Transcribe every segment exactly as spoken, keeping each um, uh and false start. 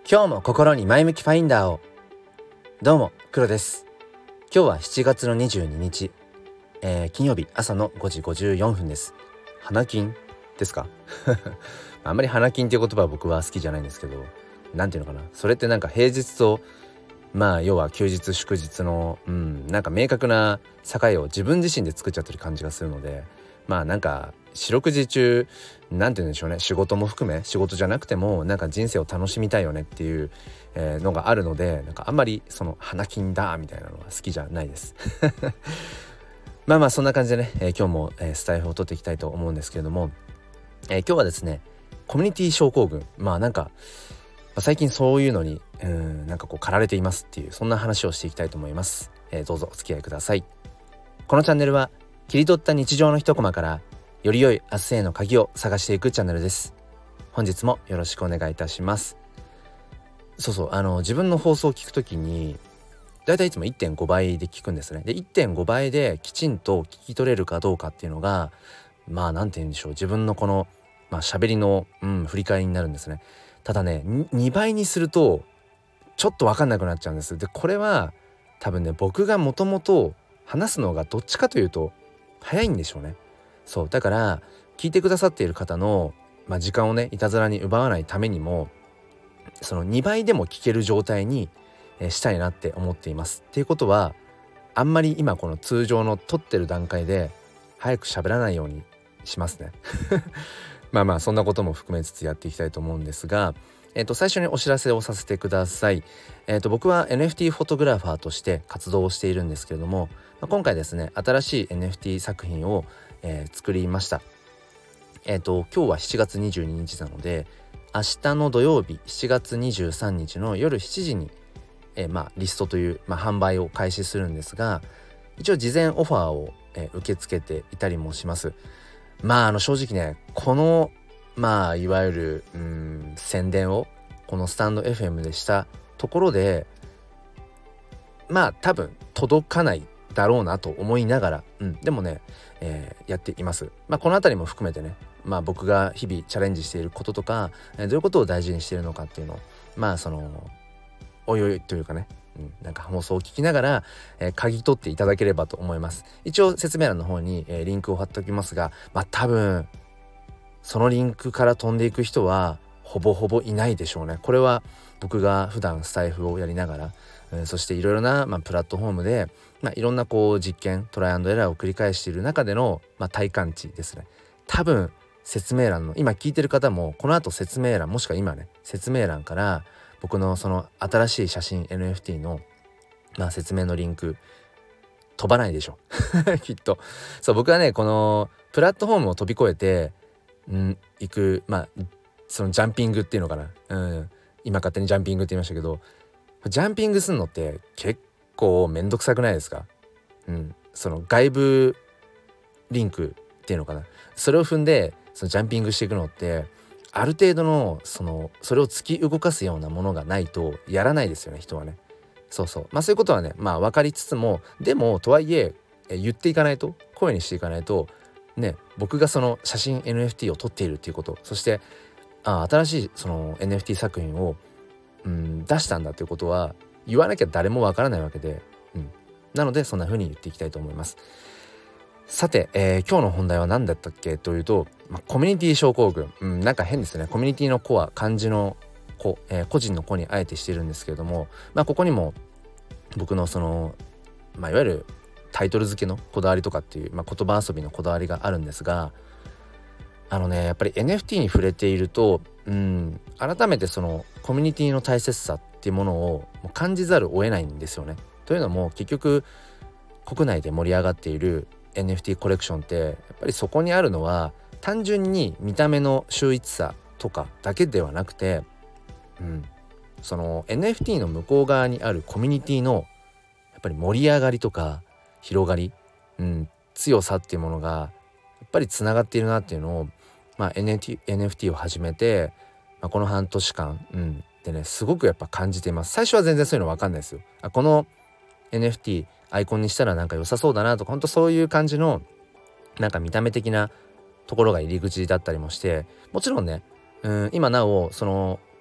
今日も心に前向きファインダーを。どうも黒です。今日はしちがつのにじゅうににち、えー、金曜日朝のごじごじゅうよんふんです。花金ですかあんまり花金っていう言葉は僕は好きじゃないんですけど、なんていうのかな、それってなんか平日とまあ要は休日祝日のうんなんか明確な境を自分自身で作っちゃってる感じがするので、まあなんか四六時中なんて言うんでしょうね、仕事も含め仕事じゃなくてもなんか人生を楽しみたいよねっていう、えー、のがあるので、なんかあんまりその花金だみたいなのは好きじゃないですまあまあそんな感じでね、えー、今日も、えー、スタイフを取っていきたいと思うんですけれども、えー、今日はですねコミュニティ症候群、まあなんか最近そういうのにうんなんかこう駆られていますっていう、そんな話をしていきたいと思います。えー、どうぞお付き合いください。このチャンネルは切り取った日常の一コマからより良い明日への鍵を探していくチャンネルです。本日もよろしくお願いいたします。そうそう、あの自分の放送を聞くときにだいたいいつも いってんご 倍で聞くんですね。で いってんご 倍できちんと聞き取れるかどうかっていうのが、まあなんて言うんでしょう、自分のこのまあ喋りの、うん、振り返りになるんですね。ただねにばいにするとちょっと分かんなくなっちゃうんです。でこれは多分ね、僕がもともと話すのがどっちかというと早いんでしょうね。そうだから聞いてくださっている方の、まあ、時間をねいたずらに奪わないためにも、そのにばいでも聞ける状態に、えーしたいなって思っています。っていうことは、あんまり今この通常の撮ってる段階で早く喋らないようにしますねまあまあそんなことも含めつつやっていきたいと思うんですが、えー、と最初にお知らせをさせてください。えー、と僕は エヌエフティー フォトグラファーとして活動をしているんですけれども、まあ、今回ですね新しい エヌエフティー 作品を、えー作りました。えー、と今日はしちがつにじゅうににちなので、明日の土曜日しちがつにじゅうさんにちの夜しちじに、えーまあ、リストという、まあ、販売を開始するんですが、一応事前オファーを、えー受け付けていたりもします。まああの正直ね、このまあいわゆるうん宣伝をこのスタンド エフエム でしたところで、まあ多分届かないだろうなと思いながら、うん、でもね、えーやっています。まあこのあたりも含めてね、まあ僕が日々チャレンジしていることとか、えーどういうことを大事にしているのかっていうのを、まあそのおいおいというかね、うん、なんか放送を聞きながら、えー、嗅ぎ取っていただければと思います。一応説明欄の方に、えーリンクを貼っておきますが、まあ多分そのリンクから飛んでいく人はほぼほぼいないでしょうね。これは僕が普段スタイフをやりながら、うん、そしていろいろな、まあ、プラットフォームで、まあ、いろんなこう実験トライアンドエラーを繰り返している中での、まあ、体感値ですね。多分説明欄の今聞いてる方もこの後説明欄、もしくは今ね説明欄から僕のその新しい写真 エヌエフティー の、まあ、説明のリンク飛ばないでしょきっと。そう僕はねこのプラットフォームを飛び越えてん行く、まあそのジャンピングっていうのかな、うん、今勝手にジャンピングって言いましたけど、ジャンピングするのって結構めんどくさくないですか？うん、その外部リンクっていうのかな、それを踏んでそのジャンピングしていくのってある程度のそのそれを突き動かすようなものがないとやらないですよね、人はね。そうそう、まあそういうことはねまあ分かりつつも、でもとはいええ言っていかないと、声にしていかないとね、僕がその写真 エヌエフティー を撮っているっていうこと、そしてあ新しいその エヌエフティー 作品を、うん、出したんだっていうことは言わなきゃ誰もわからないわけで、うん、なのでそんな風に言っていきたいと思います。さて、えー今日の本題は何だったっけというと、まあ、コミュニティ症候群、うん、なんか変ですね。コミュニティの子は漢字の子、えー個人の子にあえてしてるんですけれども、まあ、ここにも僕のその、まあ、いわゆるタイトル付けのこだわりとかっていう、まあ、言葉遊びのこだわりがあるんですが、あのねやっぱり エヌエフティー に触れていると、うん改めてそのコミュニティの大切さっていうものをもう感じざるを得ないんですよね。というのも結局国内で盛り上がっている エヌエフティー コレクションってやっぱりそこにあるのは単純に見た目の秀逸さとかだけではなくて、うん、その エヌエフティー の向こう側にあるコミュニティのやっぱり盛り上がりとか広がり、うん、強さっていうものがやっぱりつながっているなっていうのを、まあ、エヌエフティー、エヌエフティー を始めて、まあ、この半年間、うん、でねすごくやっぱ感じています。最初は全然そういうの分かんないですよ。あこの エヌエフティー アイコンにしたらなんか良さそうだなとか、ほんとそういう感じのなんか見た目的なところが入り口だったりもして、もちろんね、うん、今なおその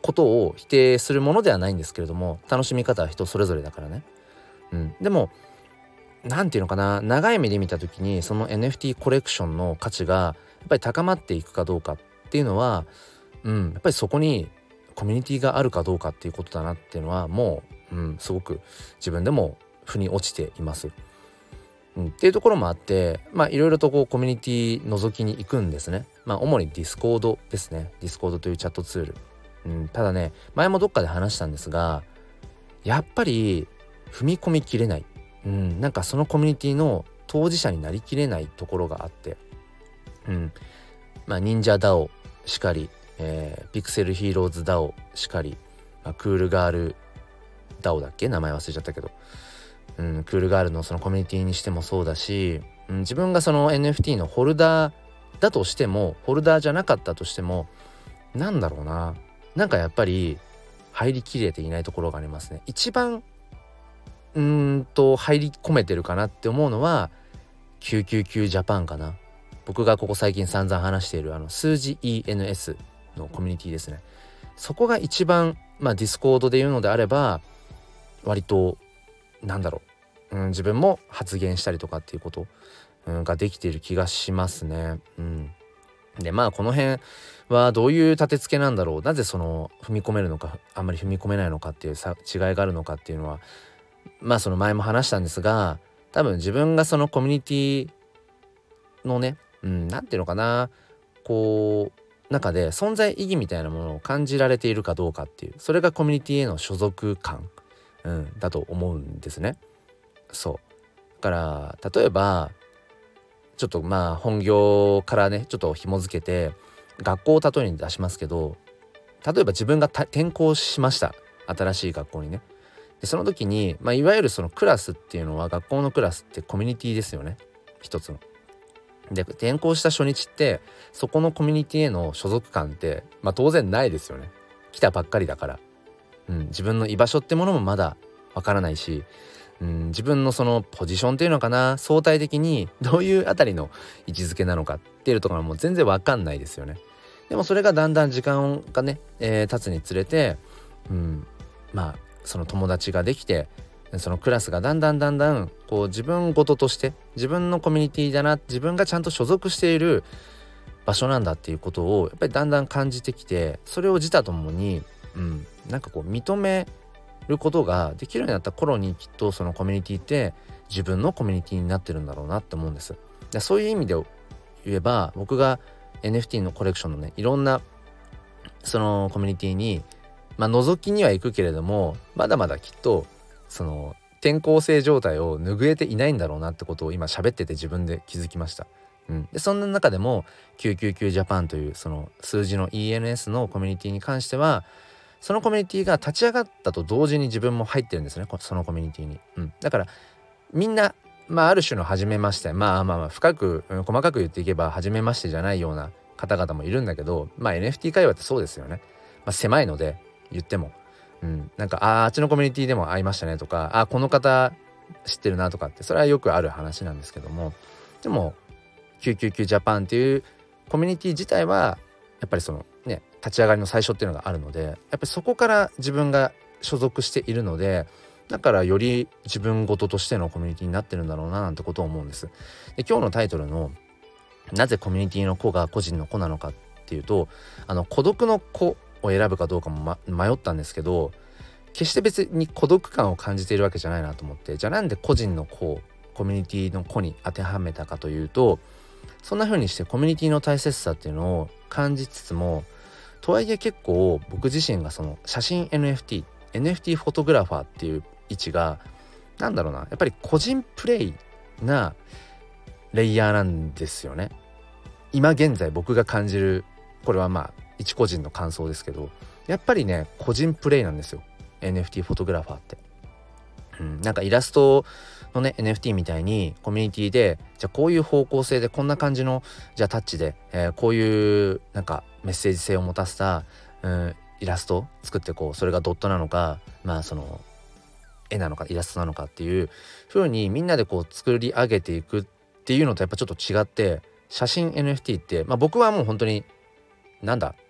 ことを否定するものではないんですけれども、楽しみ方は人それぞれだからね。うん、でもなんていうのかな、長い目で見た時にその エヌエフティー コレクションの価値がやっぱり高まっていくかどうかっていうのは、うん、やっぱりそこにコミュニティがあるかどうかっていうことだなっていうのはもう、うん、すごく自分でも腑に落ちています。うん、っていうところもあって、まあいろいろとこうコミュニティ覗きに行くんですね。まあ主にディスコードですね。ディスコードというチャットツール。うん、ただね、前もどっかで話したんですが、やっぱり踏み込みきれない。うん、なんかそのコミュニティの当事者になりきれないところがあって、うん、まあ忍者ダオしかり、えー、ピクセルヒーローズダオしかり、まあ、クールガールダオだっけ、名前忘れちゃったけど、うん、クールガールのそのコミュニティにしてもそうだし、うん、自分がその エヌエフティー のホルダーだとしても、ホルダーじゃなかったとしても、なんだろうな、なんかやっぱり入りきれていないところがありますね。一番うーんと入り込めてるかなって思うのはきゅうきゅうきゅうジャパンかな。僕がここ最近散々話しているあの数字 イーエヌエス のコミュニティですね。そこが一番、まあディスコードで言うのであれば割となんだろう、うん、自分も発言したりとかっていうこと、うん、ができている気がしますね。うん、でまあこの辺はどういう立て付けなんだろう、なぜその踏み込めるのかあんまり踏み込めないのかっていうさ違いがあるのかっていうのは、まあその前も話したんですが、多分自分がそのコミュニティのね、うん、なんていうのかな、こう中で存在意義みたいなものを感じられているかどうかっていう、それがコミュニティへの所属感、うん、だと思うんですね。そうだから例えばちょっとまあ本業からねちょっと紐付けて学校を例えに出しますけど、例えば自分が転校しました、新しい学校にね。でその時に、まあ、いわゆるそのクラスっていうのは、学校のクラスってコミュニティですよね、一つの。で転校した初日ってそこのコミュニティへの所属感って、まあ、当然ないですよね。来たばっかりだから、うん、自分の居場所ってものもまだわからないし、うん、自分のそのポジションっていうのかな、相対的にどういうあたりの位置づけなのかっていうところはもう全然わかんないですよね。でもそれがだんだん時間がね、えー、経つにつれて、うん、まあその友達ができて、そのクラスがだんだんだんだんこう自分ごととして自分のコミュニティだな、自分がちゃんと所属している場所なんだっていうことをやっぱりだんだん感じてきて、それを自他ともに、うん、なんかこう認めることができるようになった頃に、きっとそのコミュニティって自分のコミュニティになってるんだろうなって思うんです。でそういう意味で言えば、僕が エヌエフティー のコレクションのねいろんなそのコミュニティにまあ覗きには行くけれども、まだまだきっとその転校生状態を拭えていないんだろうなってことを今喋ってて自分で気づきました。うん、でそんな中でもきゅうきゅうきゅうジャパンというその数字の イーエヌエス のコミュニティに関しては、そのコミュニティが立ち上がったと同時に自分も入ってるんですね、そのコミュニティに。うん、だからみんな、まあ、ある種の初めまして、まあまあまあ深く、うん、細かく言っていけば初めましてじゃないような方々もいるんだけど、まあ エヌエフティー 界隈ってそうですよね。まあ、狭いので言っても、うん、なんかあああっちのコミュニティでも会いましたねとか、あこの方知ってるなとかって、それはよくある話なんですけども、でもきゅうきゅうきゅうジャパンっていうコミュニティ自体はやっぱりそのね立ち上がりの最初っていうのがあるので、やっぱりそこから自分が所属しているので、だからより自分ごととしてのコミュニティになってるんだろうななんてことを思うんです。で今日のタイトルのなぜコミュニティの子が個人の子なのかっていうと、あの孤独の子を選ぶかどうかも、ま、迷ったんですけど、決して別に孤独感を感じているわけじゃないなと思って、じゃあなんで個人の子、コミュニティの子に当てはめたかというと、そんな風にしてコミュニティの大切さっていうのを感じつつも、とはいえ結構僕自身がその写真 エヌエフティー エヌエフティー フォトグラファーっていう位置がなんだろうな、やっぱり個人プレイなレイヤーなんですよね。今現在僕が感じる、これはまあ一個人の感想ですけど、やっぱりね個人プレイなんですよ エヌエフティー フォトグラファーって。うん、なんかイラストのね エヌエフティー みたいにコミュニティでじゃあこういう方向性でこんな感じのじゃあタッチで、えー、こういうなんかメッセージ性を持たせた、うん、イラスト作ってこう、それがドットなのかまあその絵なのかイラストなのかっていう風にみんなでこう作り上げていくっていうのとやっぱちょっと違って、写真 エヌエフティー って、まあ、僕はもう本当になんだ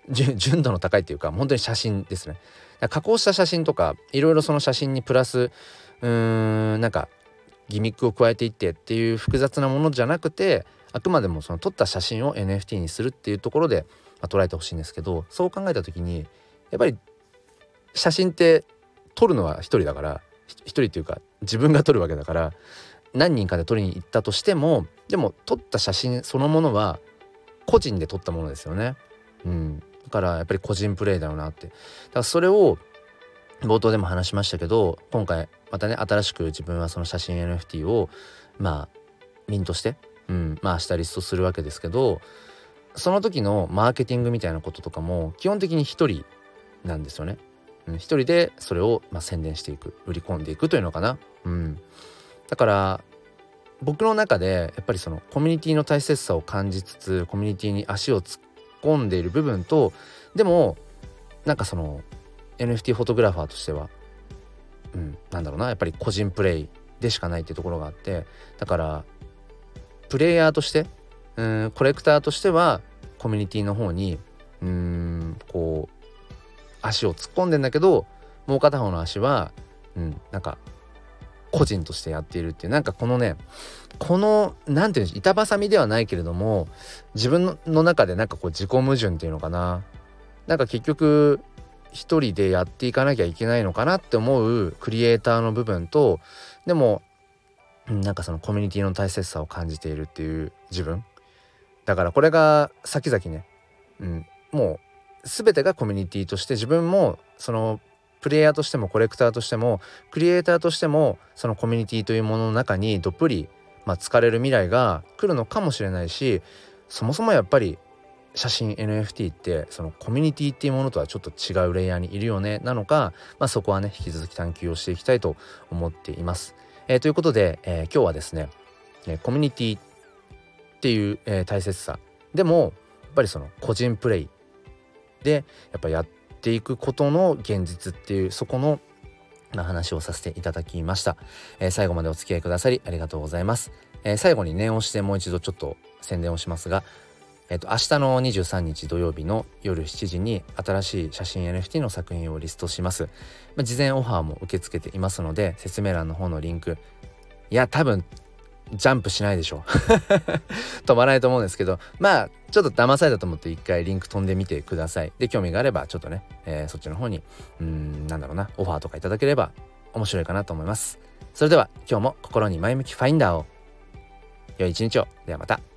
純度の高いっていうか本当に写真ですね。加工した写真とかいろいろその写真にプラスうーんなんかギミックを加えていってっていう複雑なものじゃなくて、あくまでもその撮った写真を エヌエフティー にするっていうところで、まあ、捉えてほしいんですけど、そう考えた時にやっぱり写真って撮るのは一人だから、一人っていうか自分が撮るわけだから、何人かで撮りに行ったとしても、でも撮った写真そのものは個人で撮ったものですよね。うん、だからやっぱり個人プレイだよなって。だからそれを冒頭でも話しましたけど、今回またね新しく自分はその写真 エヌエフティー をまあミントして、うん、まあ明日リストするわけですけど、その時のマーケティングみたいなこととかも基本的に一人なんですよね。うん、一人でそれをまあ宣伝していく、売り込んでいくというのかな。うん、だから僕の中でやっぱりそのコミュニティの大切さを感じつつ、コミュニティに足を突っ込んでいる部分と、でもなんかその エヌエフティー フォトグラファーとしては、うん、なんだろうな、やっぱり個人プレイでしかないっていうところがあって、だからプレイヤーとして、うん、コレクターとしてはコミュニティの方にうーんこう足を突っ込んでんだけど、もう片方の足は、うん、なんか個人としてやっているっていう、なんかこのねこのなんていうんでしょう、板挟みではないけれども自分の中でなんかこう自己矛盾っていうのかな、なんか結局一人でやっていかなきゃいけないのかなって思うクリエイターの部分と、でもなんかそのコミュニティの大切さを感じているっていう自分だから、これが先々ね、うん、もう全てがコミュニティとして、自分もそのプレイヤーとしてもコレクターとしてもクリエイターとしてもそのコミュニティというものの中にどっぷり、まあ、浸かれる未来が来るのかもしれないし、そもそもやっぱり写真 エヌエフティー ってそのコミュニティっていうものとはちょっと違うレイヤーにいるよねなのか、まあ、そこはね引き続き探求をしていきたいと思っています。えー、ということで、えー、今日はですね、えー、コミュニティっていう、えー、大切さでもやっぱりその個人プレイでやっぱやっていくことの現実っていう、そこの話をさせていただきました。えー、最後までお付き合いくださりありがとうございます。えー、最後に念をしてもう一度ちょっと宣伝をしますが、えー、と明日のにじゅうさんにち土曜日の夜しちじに新しい写真 エヌエフティー の作品をリストします。まあ、事前オファーも受け付けていますので、説明欄の方のリンク、いや多分ジャンプしないでしょ飛ばないと思うんですけど、まあちょっと騙されたと思って一回リンク飛んでみてください。で興味があればちょっとね、えー、そっちの方にうーんなんだろうなオファーとかいただければ面白いかなと思います。それでは今日も心に前向きファインダーを。良い一日を。ではまた。